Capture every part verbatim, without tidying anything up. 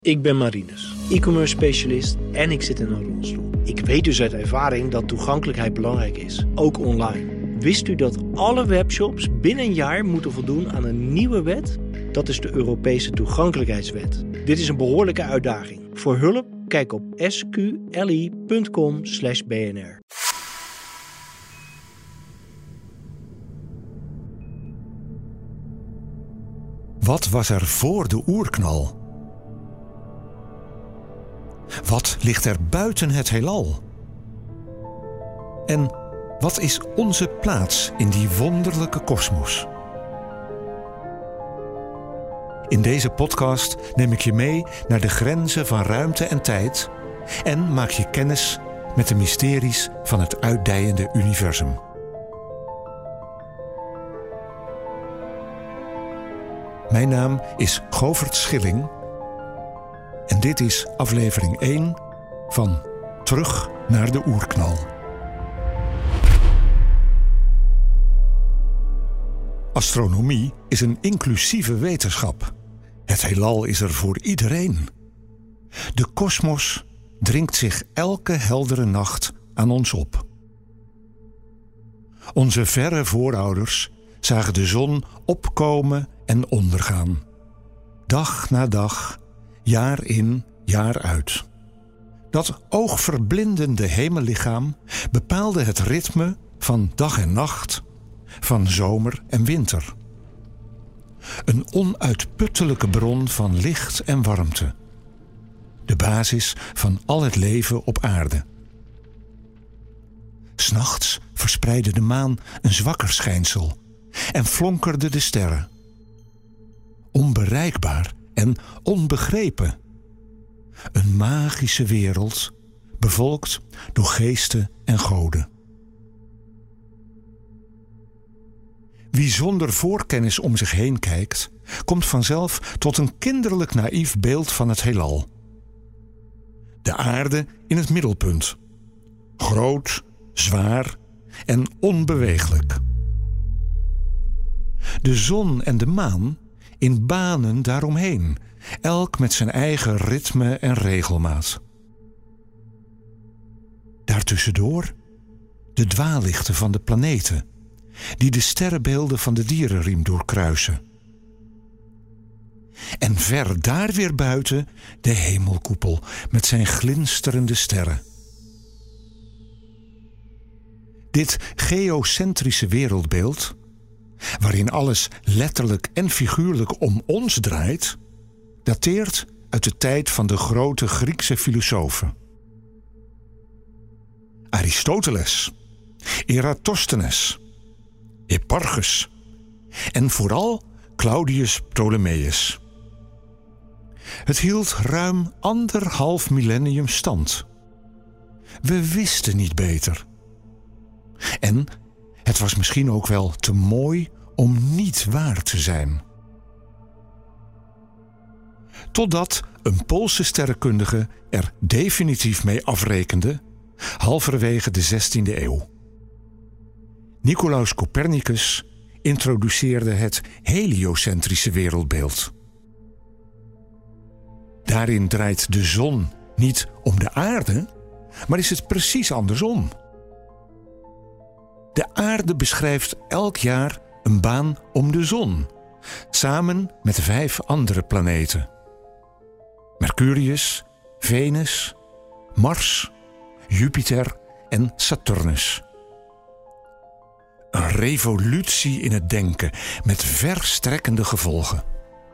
Ik ben Marinus, e-commerce specialist en ik zit in een rolstoel. Ik weet dus uit ervaring dat toegankelijkheid belangrijk is, ook online. Wist u dat alle webshops binnen een jaar moeten voldoen aan een nieuwe wet? Dat is de Europese toegankelijkheidswet. Dit is een behoorlijke uitdaging. Voor hulp, kijk op s q l i punt com slash b n r. Wat was er voor de oerknal? Wat ligt er buiten het heelal? En wat is onze plaats in die wonderlijke kosmos? In deze podcast neem ik je mee naar de grenzen van ruimte en tijd en maak je kennis met de mysteries van het uitdijende universum. Mijn naam is Govert Schilling en dit is aflevering één van Terug naar de Oerknal. Astronomie is een inclusieve wetenschap. Het heelal is er voor iedereen. De kosmos dringt zich elke heldere nacht aan ons op. Onze verre voorouders zagen de zon opkomen en ondergaan. Dag na dag, jaar in, jaar uit. Dat oogverblindende hemellichaam bepaalde het ritme van dag en nacht, van zomer en winter. Een onuitputtelijke bron van licht en warmte. De basis van al het leven op aarde. 'S Nachts verspreidde de maan een zwakker schijnsel en flonkerden de sterren. Onbereikbaar en onbegrepen. Een magische wereld, bevolkt door geesten en goden. Wie zonder voorkennis om zich heen kijkt, komt vanzelf tot een kinderlijk naïef beeld van het heelal. De aarde in het middelpunt. Groot, zwaar en onbeweeglijk. De zon en de maan in banen daaromheen, elk met zijn eigen ritme en regelmaat. Daartussendoor de dwaallichten van de planeten, die de sterrenbeelden van de dierenriem doorkruisen. En ver daar weer buiten de hemelkoepel met zijn glinsterende sterren. Dit geocentrische wereldbeeld, waarin alles letterlijk en figuurlijk om ons draait, dateert uit de tijd van de grote Griekse filosofen. Aristoteles, Eratosthenes, Hipparchus en vooral Claudius Ptolemeus. Het hield ruim anderhalf millennium stand. We wisten niet beter. En het was misschien ook wel te mooi om niet waar te zijn. Totdat een Poolse sterrenkundige er definitief mee afrekende, halverwege de zestiende eeuw. Nicolaus Copernicus introduceerde het heliocentrische wereldbeeld. Daarin draait de zon niet om de aarde, maar is het precies andersom. De aarde beschrijft elk jaar een baan om de zon, samen met vijf andere planeten. Mercurius, Venus, Mars, Jupiter en Saturnus. Een revolutie in het denken met verstrekkende gevolgen.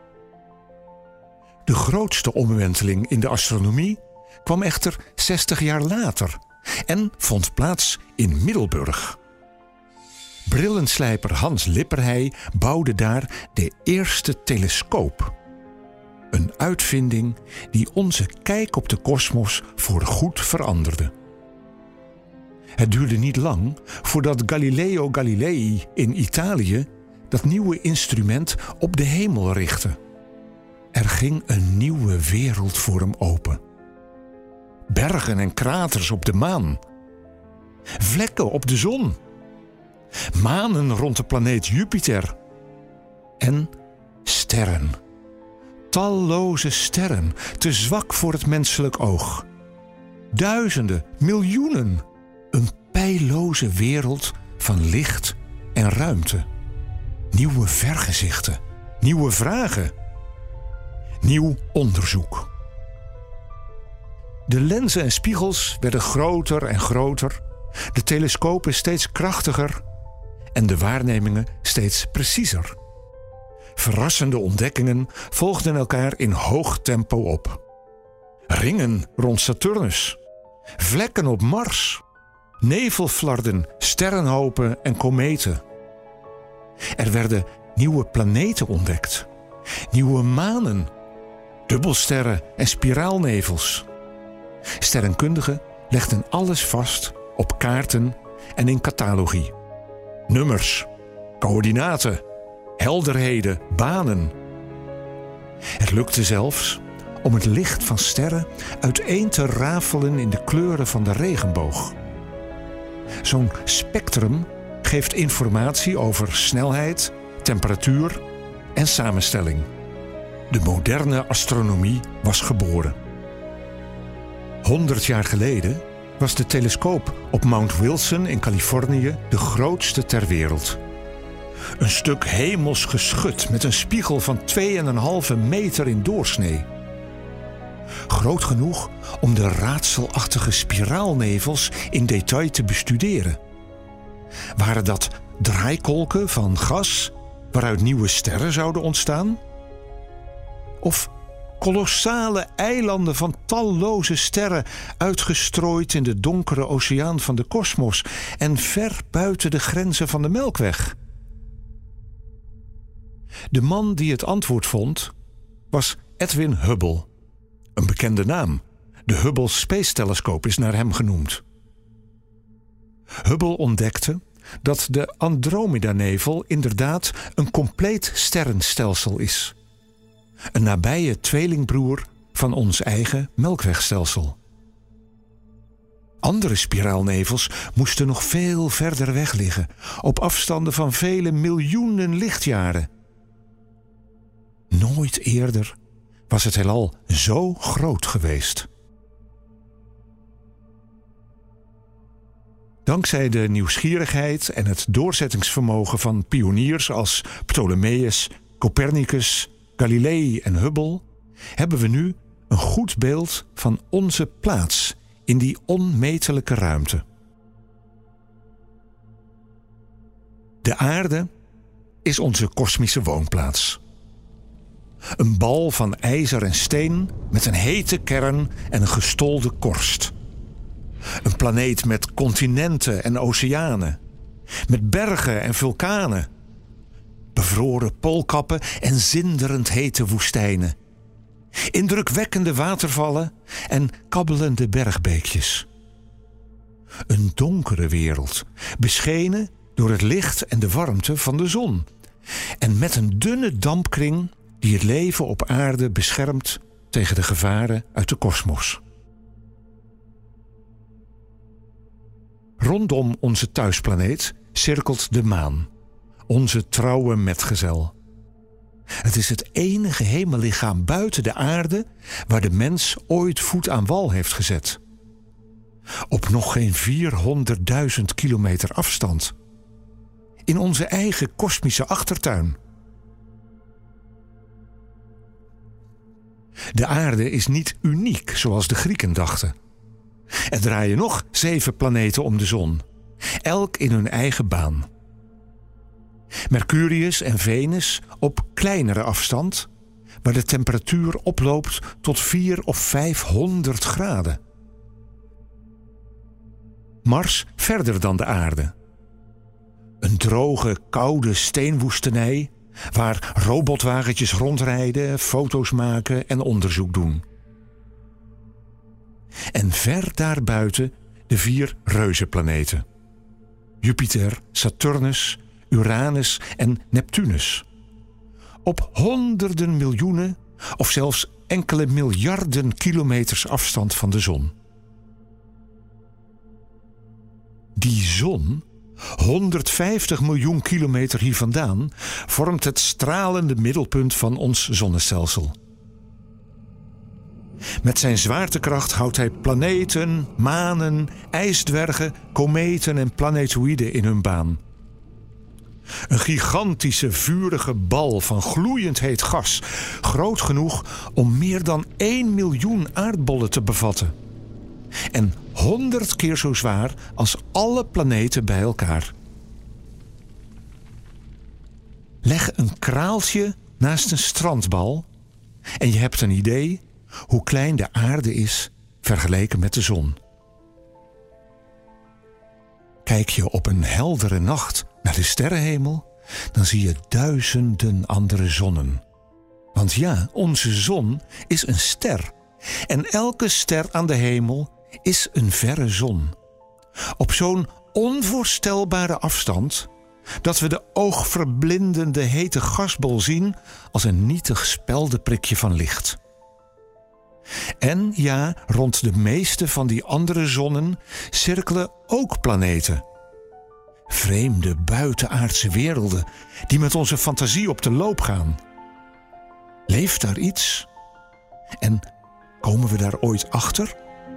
De grootste omwenteling in de astronomie kwam echter zestig jaar later en vond plaats in Middelburg. Brillenslijper Hans Lipperhey bouwde daar de eerste telescoop. Een uitvinding die onze kijk op de kosmos voorgoed veranderde. Het duurde niet lang voordat Galileo Galilei in Italië dat nieuwe instrument op de hemel richtte. Er ging een nieuwe wereld voor hem open. Bergen en kraters op de maan. Vlekken op de zon. Manen rond de planeet Jupiter. En sterren. talloze sterren, te zwak voor het menselijk oog. Duizenden, miljoenen. Een peilloze wereld van licht en ruimte. Nieuwe vergezichten, nieuwe vragen. Nieuw onderzoek. De lenzen en spiegels werden groter en groter, de telescopen steeds krachtiger en de waarnemingen steeds preciezer. Verrassende ontdekkingen volgden elkaar in hoog tempo op. Ringen rond Saturnus, vlekken op Mars, nevelflarden, sterrenhopen en kometen. Er werden nieuwe planeten ontdekt, nieuwe manen, dubbelsterren en spiraalnevels. Sterrenkundigen legden alles vast op kaarten en in catalogie. Nummers, coördinaten, helderheden, banen. Het lukte zelfs om het licht van sterren uiteen te rafelen in de kleuren van de regenboog. Zo'n spectrum geeft informatie over snelheid, temperatuur en samenstelling. De moderne astronomie was geboren. Honderd jaar geleden was de telescoop op Mount Wilson in Californië de grootste ter wereld. Een stuk hemels geschut met een spiegel van twee en een halve meter in doorsnee. Groot genoeg om de raadselachtige spiraalnevels in detail te bestuderen. Waren dat draaikolken van gas waaruit nieuwe sterren zouden ontstaan? Of kolossale eilanden van talloze sterren uitgestrooid in de donkere oceaan van de kosmos en ver buiten de grenzen van de Melkweg? De man die het antwoord vond was Edwin Hubble. Een bekende naam. De Hubble Space Telescope is naar hem genoemd. Hubble ontdekte dat de Andromeda-nevel inderdaad een compleet sterrenstelsel is. Een nabije tweelingbroer van ons eigen Melkwegstelsel. Andere spiraalnevels moesten nog veel verder weg liggen, op afstanden van vele miljoenen lichtjaren. Nooit eerder was het heelal zo groot geweest. Dankzij de nieuwsgierigheid en het doorzettingsvermogen van pioniers als Ptolemeus, Copernicus, Galilei en Hubble hebben we nu een goed beeld van onze plaats in die onmetelijke ruimte. De aarde is onze kosmische woonplaats. Een bal van ijzer en steen met een hete kern en een gestolde korst. Een planeet met continenten en oceanen, met bergen en vulkanen, bevroren poolkappen en zinderend hete woestijnen, indrukwekkende watervallen en kabbelende bergbeekjes. Een donkere wereld, beschenen door het licht en de warmte van de zon en met een dunne dampkring die het leven op aarde beschermt tegen de gevaren uit de kosmos. Rondom onze thuisplaneet cirkelt de maan, onze trouwe metgezel. Het is het enige hemellichaam buiten de aarde waar de mens ooit voet aan wal heeft gezet. Op nog geen vierhonderdduizend kilometer afstand. In onze eigen kosmische achtertuin. De aarde is niet uniek zoals de Grieken dachten. Er draaien nog zeven planeten om de zon, elk in hun eigen baan. Mercurius en Venus op kleinere afstand, waar de temperatuur oploopt tot vier of vijfhonderd graden. Mars verder dan de aarde. Een droge, koude steenwoestenij waar robotwagentjes rondrijden, foto's maken en onderzoek doen. En ver daarbuiten de vier reuzenplaneten. Jupiter, Saturnus, Uranus en Neptunus. Op honderden miljoenen of zelfs enkele miljarden kilometers afstand van de zon. Die zon, honderdvijftig miljoen kilometer hier vandaan, vormt het stralende middelpunt van ons zonnestelsel. Met zijn zwaartekracht houdt hij planeten, manen, ijsdwergen, kometen en planetoïden in hun baan. Een gigantische, vurige bal van gloeiend heet gas, groot genoeg om meer dan één miljoen aardbollen te bevatten. En honderd keer zo zwaar als alle planeten bij elkaar. Leg een kraaltje naast een strandbal en je hebt een idee hoe klein de aarde is vergeleken met de zon. Kijk je op een heldere nacht naar de sterrenhemel, dan zie je duizenden andere zonnen. Want ja, onze zon is een ster. En elke ster aan de hemel is een verre zon. Op zo'n onvoorstelbare afstand dat we de oogverblindende hete gasbol zien als een nietig speldenprikje van licht. En ja, rond de meeste van die andere zonnen cirkelen ook planeten. Vreemde buitenaardse werelden die met onze fantasie op de loop gaan. Leeft daar iets? En komen we daar ooit achter?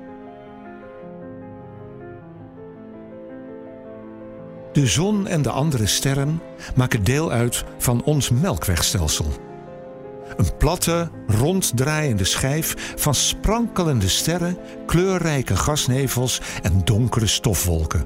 De zon en de andere sterren maken deel uit van ons Melkwegstelsel. Een platte, ronddraaiende schijf van sprankelende sterren, kleurrijke gasnevels en donkere stofwolken.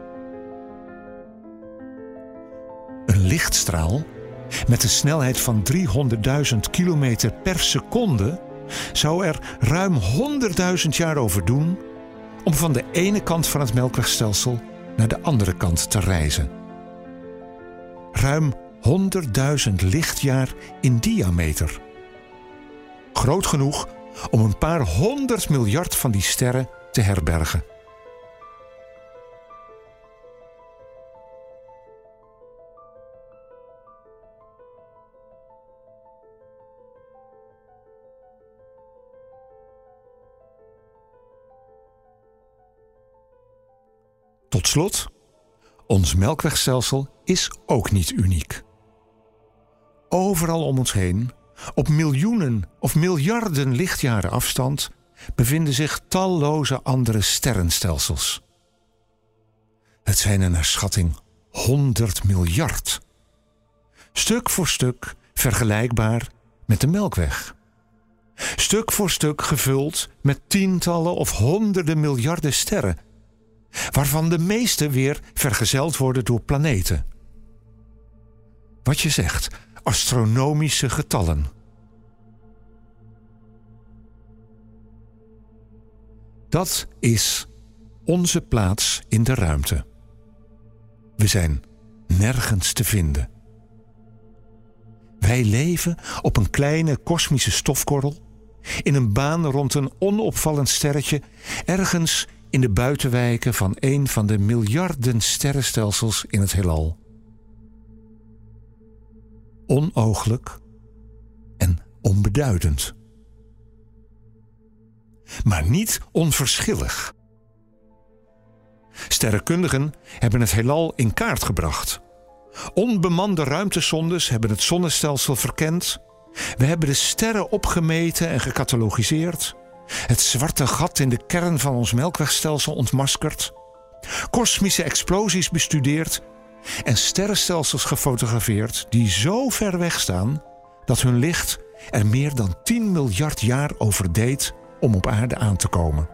Een lichtstraal met een snelheid van driehonderdduizend kilometer per seconde zou er ruim honderdduizend jaar over doen om van de ene kant van het Melkwegstelsel naar de andere kant te reizen. Ruim honderdduizend lichtjaar in diameter. Groot genoeg om een paar honderd miljard van die sterren te herbergen. Tot slot, ons Melkwegstelsel is ook niet uniek. Overal om ons heen, op miljoenen of miljarden lichtjaren afstand, bevinden zich talloze andere sterrenstelsels. Het zijn er naar schatting honderd miljard. Stuk voor stuk vergelijkbaar met de Melkweg. Stuk voor stuk gevuld met tientallen of honderden miljarden sterren, waarvan de meeste weer vergezeld worden door planeten. Wat je zegt, astronomische getallen. Dat is onze plaats in de ruimte. We zijn nergens te vinden. Wij leven op een kleine kosmische stofkorrel, in een baan rond een onopvallend sterretje, ergens in de buitenwijken van een van de miljarden sterrenstelsels in het heelal. Onooglijk en onbeduidend. Maar niet onverschillig. Sterrenkundigen hebben het heelal in kaart gebracht. Onbemande ruimtesondes hebben het zonnestelsel verkend. We hebben de sterren opgemeten en gecatalogiseerd. Het zwarte gat in de kern van ons Melkwegstelsel ontmaskerd. Kosmische explosies bestudeerd. En sterrenstelsels gefotografeerd die zo ver weg staan dat hun licht er meer dan tien miljard jaar over deed om op aarde aan te komen.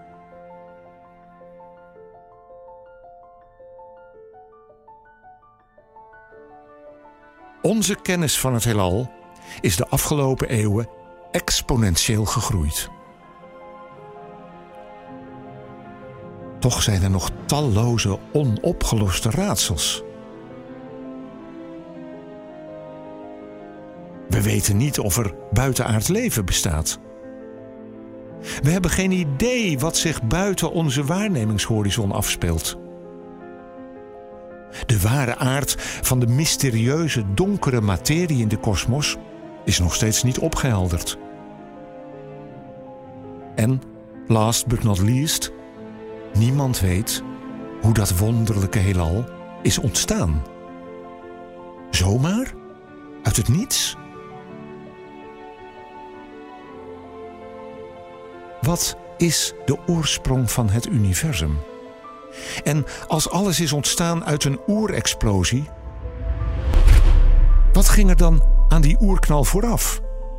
Onze kennis van het heelal is de afgelopen eeuwen exponentieel gegroeid. Toch zijn er nog talloze onopgeloste raadsels. We weten niet of er buitenaards leven bestaat. We hebben geen idee wat zich buiten onze waarnemingshorizon afspeelt. De ware aard van de mysterieuze donkere materie in de kosmos is nog steeds niet opgehelderd. En, last but not least, niemand weet hoe dat wonderlijke heelal is ontstaan. Zomaar? Uit het niets? Wat is de oorsprong van het universum? En als alles is ontstaan uit een oerexplosie, wat ging er dan aan die oerknal vooraf?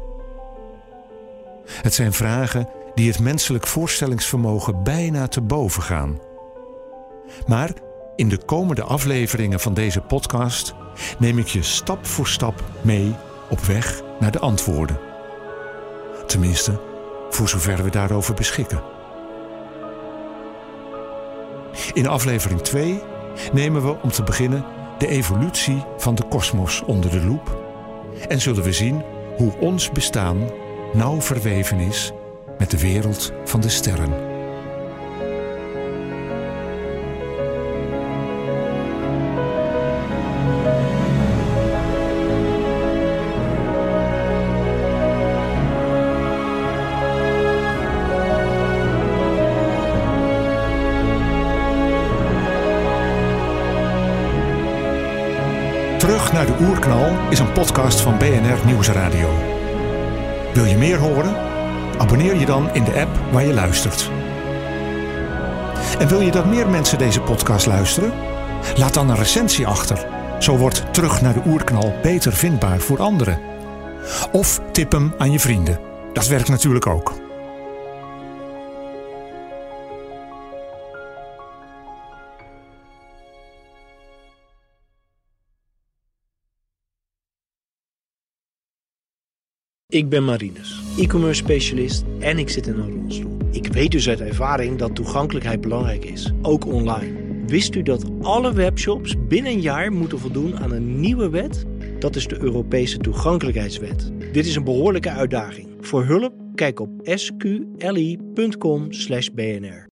Het zijn vragen die het menselijk voorstellingsvermogen bijna te boven gaan. Maar in de komende afleveringen van deze podcast neem ik je stap voor stap mee op weg naar de antwoorden. Tenminste, voor zover we daarover beschikken. In aflevering twee nemen we om te beginnen de evolutie van de kosmos onder de loep en zullen we zien hoe ons bestaan nauw verweven is met de wereld van de sterren. Terug naar de Oerknal is een podcast van B N R Nieuwsradio. Wil je meer horen? Abonneer je dan in de app waar je luistert. En wil je dat meer mensen deze podcast luisteren? Laat dan een recensie achter. Zo wordt Terug naar de Oerknal beter vindbaar voor anderen. Of tip hem aan je vrienden. Dat werkt natuurlijk ook. Ik ben Marinus, e-commerce specialist en ik zit in een rolstoel. Ik weet dus uit ervaring dat toegankelijkheid belangrijk is, ook online. Wist u dat alle webshops binnen een jaar moeten voldoen aan een nieuwe wet? Dat is de Europese toegankelijkheidswet. Dit is een behoorlijke uitdaging. Voor hulp, kijk op s q l i punt com slash b n r.